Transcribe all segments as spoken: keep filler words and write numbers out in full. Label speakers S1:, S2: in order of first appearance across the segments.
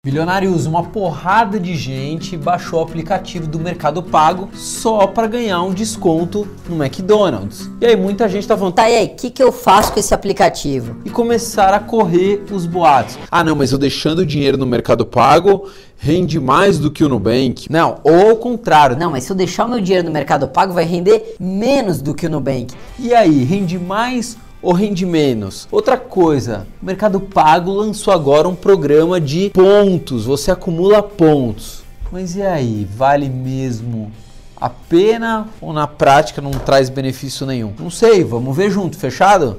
S1: Bilionários, uma porrada de gente baixou o aplicativo do Mercado Pago só para ganhar um desconto no McDonald's. E aí muita gente tá falando,
S2: tá, e aí, o que, que eu faço com esse aplicativo?
S1: E começaram a correr os boatos.
S3: Ah não, mas eu deixando o dinheiro no Mercado Pago rende mais do que o Nubank.
S1: Não, ou ao contrário.
S2: Não, mas se eu deixar o meu dinheiro no Mercado Pago vai render menos do que o Nubank.
S1: E aí, rende mais ou rende menos? Outra coisa, o Mercado Pago lançou agora um programa de pontos, você acumula pontos. Mas e aí, vale mesmo a pena ou na prática não traz benefício nenhum? Não sei, vamos ver junto, fechado?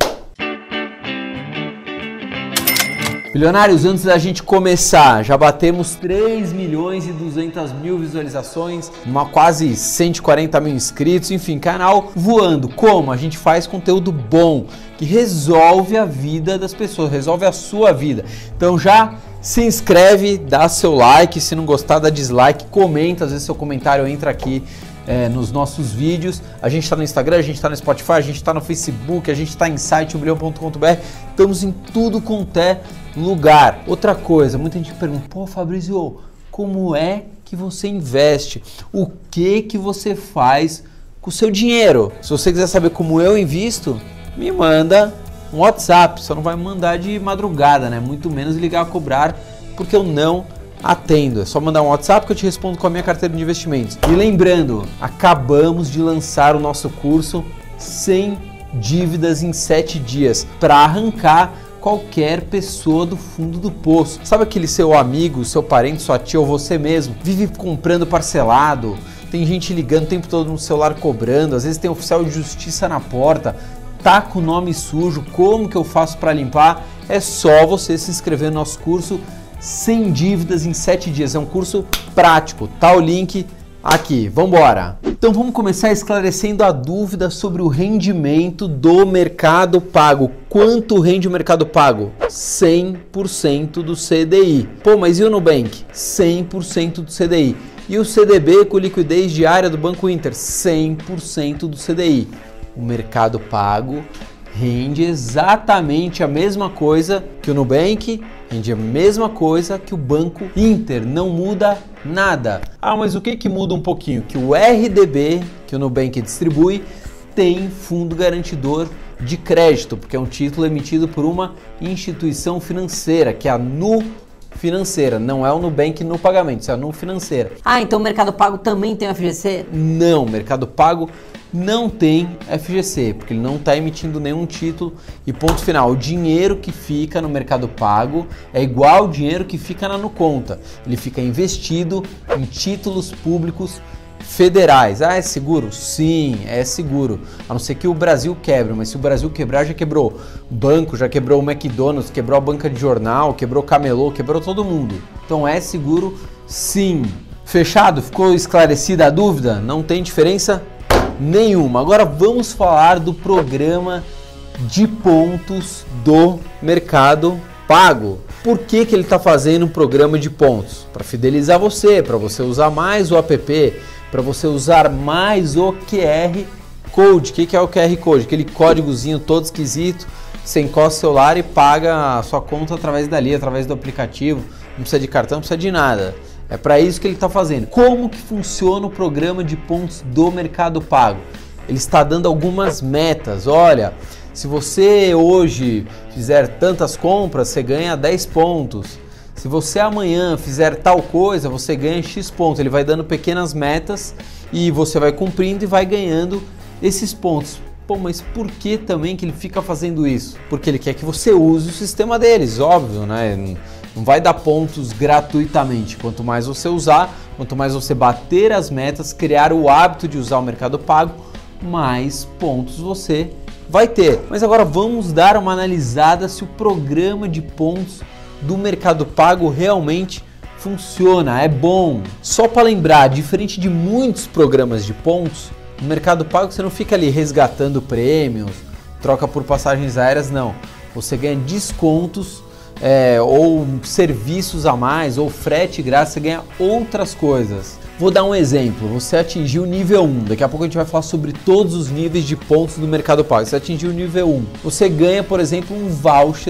S1: Bilionários, antes da gente começar, já batemos três milhões e duzentas mil visualizações, uma quase cento e quarenta mil inscritos, enfim, canal voando. Como? A gente faz conteúdo bom, que resolve a vida das pessoas, resolve a sua vida. Então já se inscreve, dá seu like, se não gostar dá dislike, comenta, às vezes seu comentário entra aqui É, nos nossos vídeos. A gente está no Instagram, a gente está no Spotify, a gente está no Facebook, a gente está em site um bilhão ponto com ponto b r, estamos em tudo quanto é lugar. Outra coisa, muita gente pergunta, pô Fabrício, como é que você investe? O que que você faz com o seu dinheiro? Se você quiser saber como eu invisto, me manda um WhatsApp, só não vai mandar de madrugada, né? Muito menos ligar a cobrar, porque eu não atendo, é só mandar um WhatsApp que eu te respondo com a minha carteira de investimentos. E lembrando, acabamos de lançar o nosso curso sem dívidas em sete dias para arrancar qualquer pessoa do fundo do poço. Sabe aquele seu amigo, seu parente, sua tia ou você mesmo vive comprando parcelado, tem gente ligando o tempo todo no celular cobrando, às vezes tem oficial de justiça na porta, tá com o nome sujo, como que eu faço para limpar? É só você se inscrever no nosso curso sem dívidas em sete dias, é um curso prático, tá o link aqui, vamos embora. Então vamos começar esclarecendo a dúvida sobre o rendimento do Mercado Pago. Quanto rende o Mercado Pago? cem por cento do C D I. Pô, mas e o Nubank? cem por cento do C D I. E o C D B com liquidez diária do Banco Inter? cem por cento do C D I. O Mercado Pago rende exatamente a mesma coisa que o Nubank, rende a mesma coisa que o Banco Inter, não muda nada. Ah, mas o que que muda um pouquinho? Que o R D B, que o Nubank distribui, tem fundo garantidor de crédito, porque é um título emitido por uma instituição financeira, que é a Nu Financeira, não é o Nubank no pagamento, isso é a Nu Financeira.
S2: Ah, então o Mercado Pago também tem o F G C?
S1: Não, o Mercado Pago não tem F G C, porque ele não está emitindo nenhum título e ponto final. O dinheiro que fica no Mercado Pago é igual ao dinheiro que fica na Nuconta. Ele fica investido em títulos públicos federais. Ah, é seguro? Sim, é seguro. A não ser que o Brasil quebre, mas se o Brasil quebrar, já quebrou o banco, já quebrou o McDonald's, quebrou a banca de jornal, quebrou o camelô, quebrou todo mundo. Então é seguro sim. Fechado? Ficou esclarecida a dúvida? Não tem diferença nenhuma. Agora vamos falar do programa de pontos do Mercado Pago. Por que que ele está fazendo um programa de pontos? Para fidelizar você, para você usar mais o app, para você usar mais o Q R Code. O que que é o Q R Code? Aquele códigozinho todo esquisito, você encosta o celular e paga a sua conta através dali, através do aplicativo. Não precisa de cartão, não precisa de nada. É para isso que ele está fazendo. Como que funciona o programa de pontos do Mercado Pago? Ele está dando algumas metas. Olha, se você hoje fizer tantas compras, você ganha dez pontos. Se você amanhã fizer tal coisa, você ganha X pontos. Ele vai dando pequenas metas e você vai cumprindo e vai ganhando esses pontos. Pô, mas por que também que ele fica fazendo isso? Porque ele quer que você use o sistema deles, óbvio, né? Não vai dar pontos gratuitamente. Quanto mais você usar, quanto mais você bater as metas, criar o hábito de usar o Mercado Pago, mais pontos você vai ter. Mas agora vamos dar uma analisada se o programa de pontos do Mercado Pago realmente funciona, é bom. Só para lembrar, diferente de muitos programas de pontos, no Mercado Pago você não fica ali resgatando prêmios, troca por passagens aéreas, não. Você ganha descontos É, ou serviços a mais, ou frete grátis, você ganha outras coisas. Vou dar um exemplo, você atingiu o nível um, daqui a pouco a gente vai falar sobre todos os níveis de pontos do Mercado Pago. Você atingiu o nível um, você ganha, por exemplo, um voucher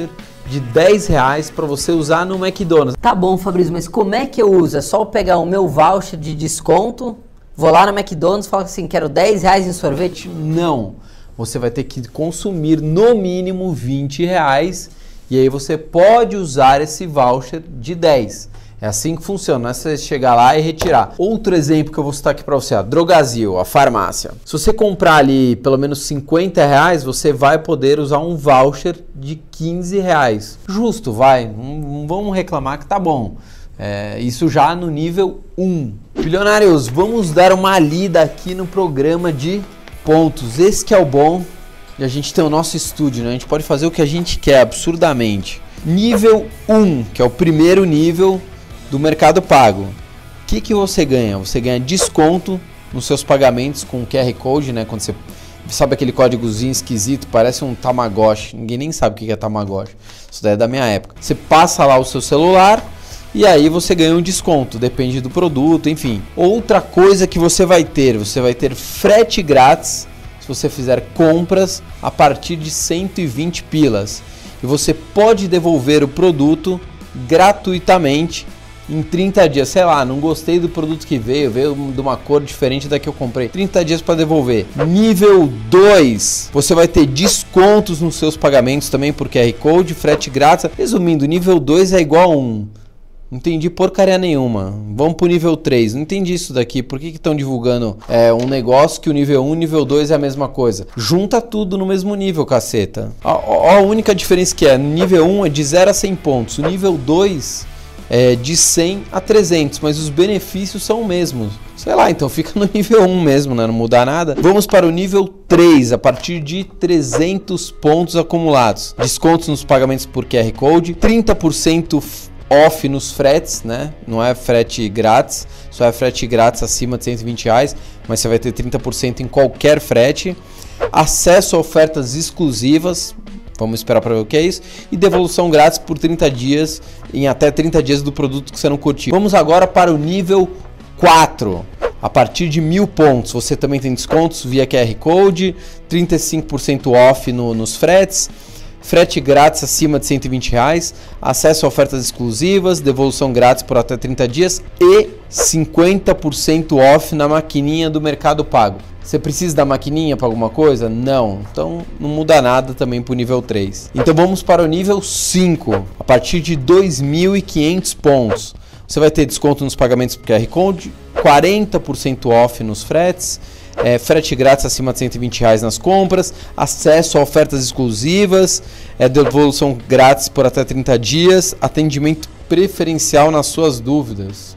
S1: de dez reais para você usar no McDonald's.
S2: Tá bom, Fabrício, mas como é que eu uso? É só eu pegar o meu voucher de desconto, vou lá no McDonald's e falo assim, quero dez reais em sorvete?
S1: Não, você vai ter que consumir no mínimo vinte reais e aí você pode usar esse voucher de dez. É assim que funciona, não é você chegar lá e retirar. Outro exemplo que eu vou citar aqui para você, a Drogasil, a farmácia. Se você comprar ali pelo menos cinquenta reais, você vai poder usar um voucher de quinze reais. Justo, vai, não, não vamos reclamar que tá bom. É, isso já no nível um. Bilionários, vamos dar uma lida aqui no programa de pontos. Esse que é o bom, e a gente tem o nosso estúdio, né? A gente pode fazer o que a gente quer, absurdamente. Nível um, que é o primeiro nível do Mercado Pago. O que, que você ganha? Você ganha desconto nos seus pagamentos com Q R Code, né? Quando você sabe aquele códigozinho esquisito, parece um Tamagotchi. Ninguém nem sabe o que é Tamagotchi. Isso daí é da minha época. Você passa lá o seu celular e aí você ganha um desconto, depende do produto, enfim. Outra coisa que você vai ter, você vai ter frete grátis se você fizer compras a partir de cento e vinte pilas. E você pode devolver o produto gratuitamente em trinta dias. Sei lá, não gostei do produto que veio, veio de uma cor diferente da que eu comprei. trinta dias para devolver. Nível dois, você vai ter descontos nos seus pagamentos também por Q R Code, frete grátis. Resumindo, nível dois é igual a um. Não entendi porcaria nenhuma. Vamos pro nível três. Não entendi isso daqui. Por que estão divulgando é, um negócio que o nível um e o nível dois é a mesma coisa? Junta tudo no mesmo nível, caceta. A, a, a única diferença que é, no nível um é de zero a cem pontos. O nível dois é de cem a trezentos, mas os benefícios são os mesmos. Sei lá, então fica no nível um mesmo, né? Não muda nada. Vamos para o nível três, a partir de trezentos pontos acumulados. Descontos nos pagamentos por Q R Code, trinta por cento off nos fretes, né? Não é frete grátis, só é frete grátis acima de cento e vinte reais, mas você vai ter trinta por cento em qualquer frete. Acesso a ofertas exclusivas, vamos esperar para ver o que é isso, e devolução grátis por trinta dias, em até trinta dias do produto que você não curtiu. Vamos agora para o nível quatro. A partir de mil pontos, você também tem descontos via Q R Code, trinta e cinco por cento off no, nos fretes, frete grátis acima de cento e vinte reais, acesso a ofertas exclusivas, devolução grátis por até trinta dias e cinquenta por cento off na maquininha do Mercado Pago. Você precisa da maquininha para alguma coisa? Não. Então não muda nada também para o nível três. Então vamos para o nível cinco. A partir de dois mil e quinhentos pontos, você vai ter desconto nos pagamentos por Q R Code, quarenta por cento off nos fretes, É, frete grátis acima de cento e vinte reais nas compras, acesso a ofertas exclusivas, é, devolução grátis por até trinta dias, atendimento preferencial nas suas dúvidas.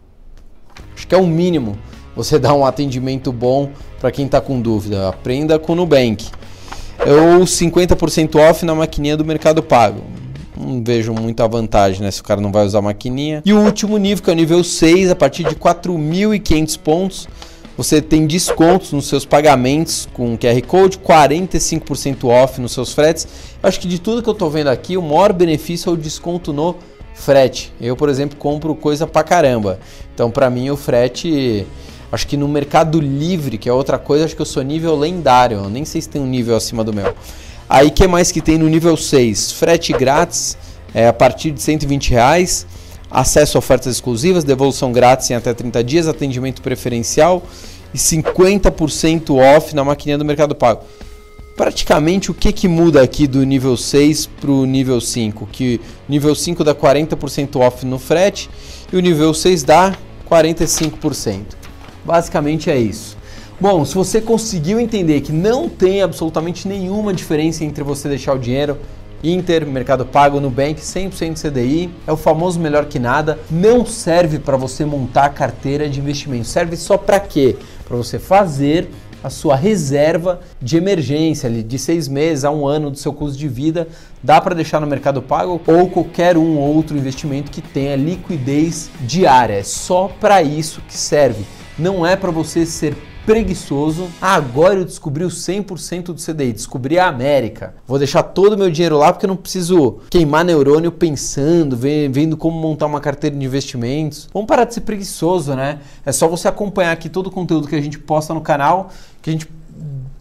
S1: Acho que é o mínimo você dar um atendimento bom para quem está com dúvida. Aprenda com o Nubank. Ou cinquenta por cento off na maquininha do Mercado Pago. Não vejo muita vantagem, né, se o cara não vai usar a maquininha. E o último nível, que é o nível seis, a partir de quatro mil e quinhentos pontos, você tem descontos nos seus pagamentos com Q R Code, quarenta e cinco por cento off nos seus fretes. Eu acho que de tudo que eu estou vendo aqui, o maior benefício é o desconto no frete. Eu, por exemplo, compro coisa pra caramba. Então, para mim, o frete, acho que no Mercado Livre, que é outra coisa, acho que eu sou nível lendário. Eu nem sei se tem um nível acima do meu. Aí, o que mais que tem no nível seis? Frete grátis é, a partir de cento e vinte reais. Acesso a ofertas exclusivas, devolução grátis em até trinta dias, atendimento preferencial e cinquenta por cento off na maquininha do Mercado Pago. Praticamente o que, que muda aqui do nível seis para o nível cinco? Que o nível cinco dá quarenta por cento off no frete e o nível seis dá quarenta e cinco por cento. Basicamente é isso. Bom, se você conseguiu entender que não tem absolutamente nenhuma diferença entre você deixar o dinheiro Inter, Mercado Pago, Nubank, cem por cento C D I, é o famoso melhor que nada, não serve para você montar carteira de investimento, serve só para quê? Para você fazer a sua reserva de emergência ali, de seis meses a um ano do seu custo de vida, dá para deixar no Mercado Pago ou qualquer um outro investimento que tenha liquidez diária, é só para isso que serve, não é para você ser preguiçoso. Ah, agora eu descobri o cem por cento do C D I, descobri a América. Vou deixar todo o meu dinheiro lá porque eu não preciso queimar neurônio pensando, vendo como montar uma carteira de investimentos. Vamos parar de ser preguiçoso, né? É só você acompanhar aqui todo o conteúdo que a gente posta no canal, que a gente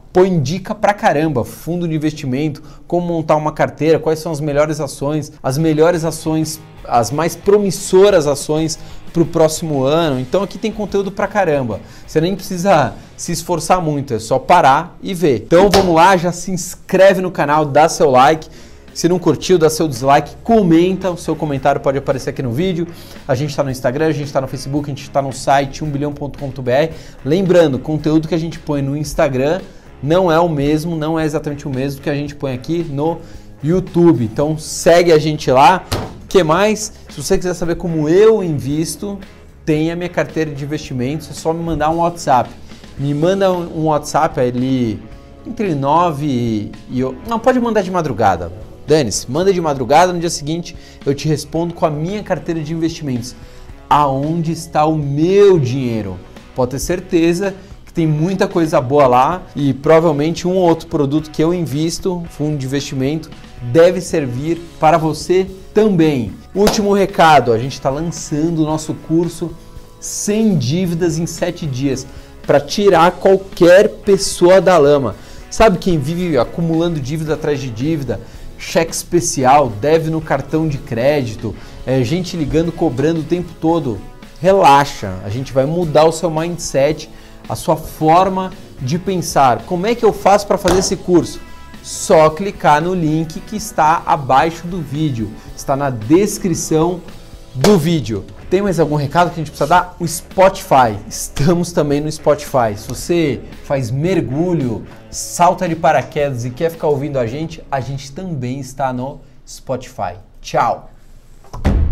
S1: põe dica pra caramba, fundo de investimento, como montar uma carteira, quais são as melhores ações, as melhores ações, as mais promissoras ações para o próximo ano. Então aqui tem conteúdo pra caramba. Você nem precisa se esforçar muito, é só parar e ver. Então vamos lá, já se inscreve no canal, dá seu like. Se não curtiu, dá seu dislike, comenta, o seu comentário pode aparecer aqui no vídeo. A gente está no Instagram, a gente está no Facebook, a gente está no site um bilhão ponto com ponto b r. Lembrando, o conteúdo que a gente põe no Instagram não é o mesmo, não é exatamente o mesmo que a gente põe aqui no YouTube. Então segue a gente lá. O que mais? Se você quiser saber como eu invisto, tem a minha carteira de investimentos, é só me mandar um WhatsApp. Me manda um WhatsApp ali entre nove e... Não, pode mandar de madrugada. Dane-se, manda de madrugada, no dia seguinte eu te respondo com a minha carteira de investimentos. Aonde está o meu dinheiro? Pode ter certeza que tem muita coisa boa lá e provavelmente um ou outro produto que eu invisto, fundo de investimento, deve servir para você também. Último recado, a gente está lançando o nosso curso sem dívidas em sete dias para tirar qualquer pessoa da lama. Sabe quem vive acumulando dívida atrás de dívida? Cheque especial, deve no cartão de crédito, é, gente ligando, cobrando o tempo todo. Relaxa, a gente vai mudar o seu mindset, a sua forma de pensar. Como é que eu faço para fazer esse curso? Só clicar no link que está abaixo do vídeo, está na descrição do vídeo. Tem mais algum recado que a gente precisa dar? O Spotify, estamos também no Spotify. Se você faz mergulho, salta de paraquedas e quer ficar ouvindo a gente, a gente também está no Spotify. Tchau!